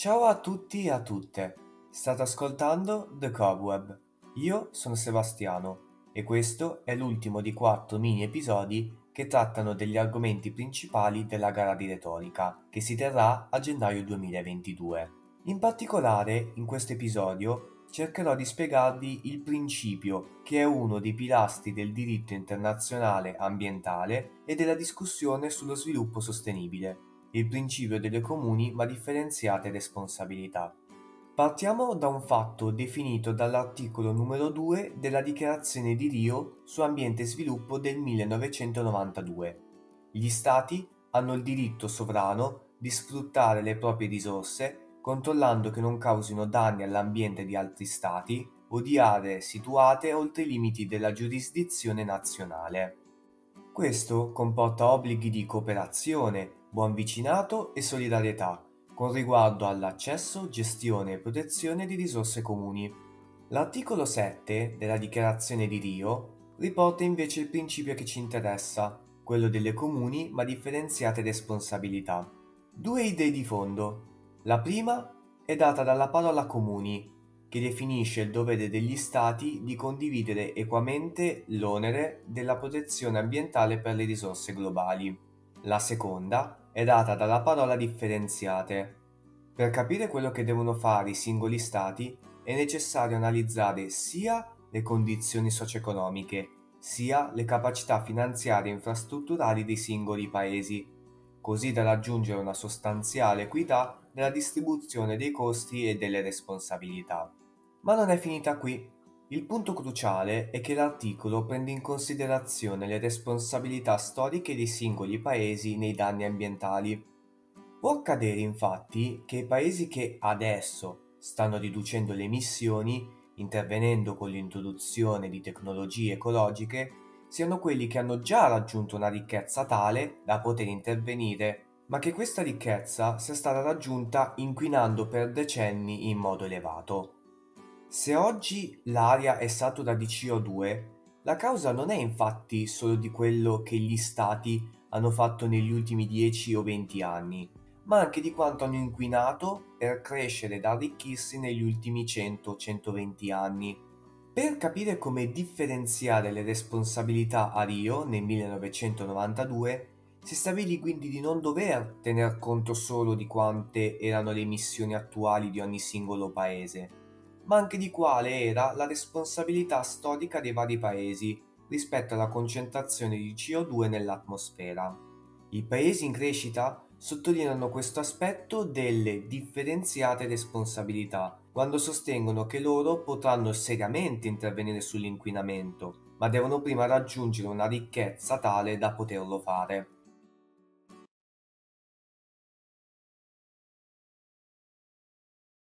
Ciao a tutti e a tutte, state ascoltando The Cobweb. Io sono Sebastiano e questo è l'ultimo di 4 mini episodi che trattano degli argomenti principali della gara di retorica che si terrà a gennaio 2022. In particolare, in questo episodio cercherò di spiegarvi il principio che è uno dei pilastri del diritto internazionale ambientale e della discussione sullo sviluppo sostenibile, il principio delle comuni ma differenziate responsabilità. Partiamo da un fatto definito dall'articolo numero 2 della Dichiarazione di Rio su ambiente e sviluppo del 1992. Gli Stati hanno il diritto sovrano di sfruttare le proprie risorse controllando che non causino danni all'ambiente di altri Stati o di aree situate oltre i limiti della giurisdizione nazionale. Questo comporta obblighi di cooperazione, buon vicinato e solidarietà, con riguardo all'accesso, gestione e protezione di risorse comuni. L'articolo 7 della Dichiarazione di Rio riporta invece il principio che ci interessa, quello delle comuni ma differenziate responsabilità. Due idee di fondo. La prima è data dalla parola comuni, che definisce il dovere degli Stati di condividere equamente l'onere della protezione ambientale per le risorse globali. La seconda è data dalla parola differenziate. Per capire quello che devono fare i singoli Stati è necessario analizzare sia le condizioni socio-economiche, sia le capacità finanziarie e infrastrutturali dei singoli Paesi, così da raggiungere una sostanziale equità nella distribuzione dei costi e delle responsabilità. Ma non è finita qui. Il punto cruciale è che l'articolo prende in considerazione le responsabilità storiche dei singoli paesi nei danni ambientali. Può accadere infatti che i paesi che adesso stanno riducendo le emissioni, intervenendo con l'introduzione di tecnologie ecologiche, siano quelli che hanno già raggiunto una ricchezza tale da poter intervenire, ma che questa ricchezza sia stata raggiunta inquinando per decenni in modo elevato. Se oggi l'aria è satura di CO2, la causa non è infatti solo di quello che gli stati hanno fatto negli ultimi 10 o 20 anni, ma anche di quanto hanno inquinato per crescere ed arricchirsi negli ultimi 100-120 anni. Per capire come differenziare le responsabilità a Rio nel 1992, si stabilì quindi di non dover tener conto solo di quante erano le emissioni attuali di ogni singolo paese, ma anche di quale era la responsabilità storica dei vari paesi rispetto alla concentrazione di CO2 nell'atmosfera. I paesi in crescita sottolineano questo aspetto delle differenziate responsabilità, quando sostengono che loro potranno seriamente intervenire sull'inquinamento, ma devono prima raggiungere una ricchezza tale da poterlo fare.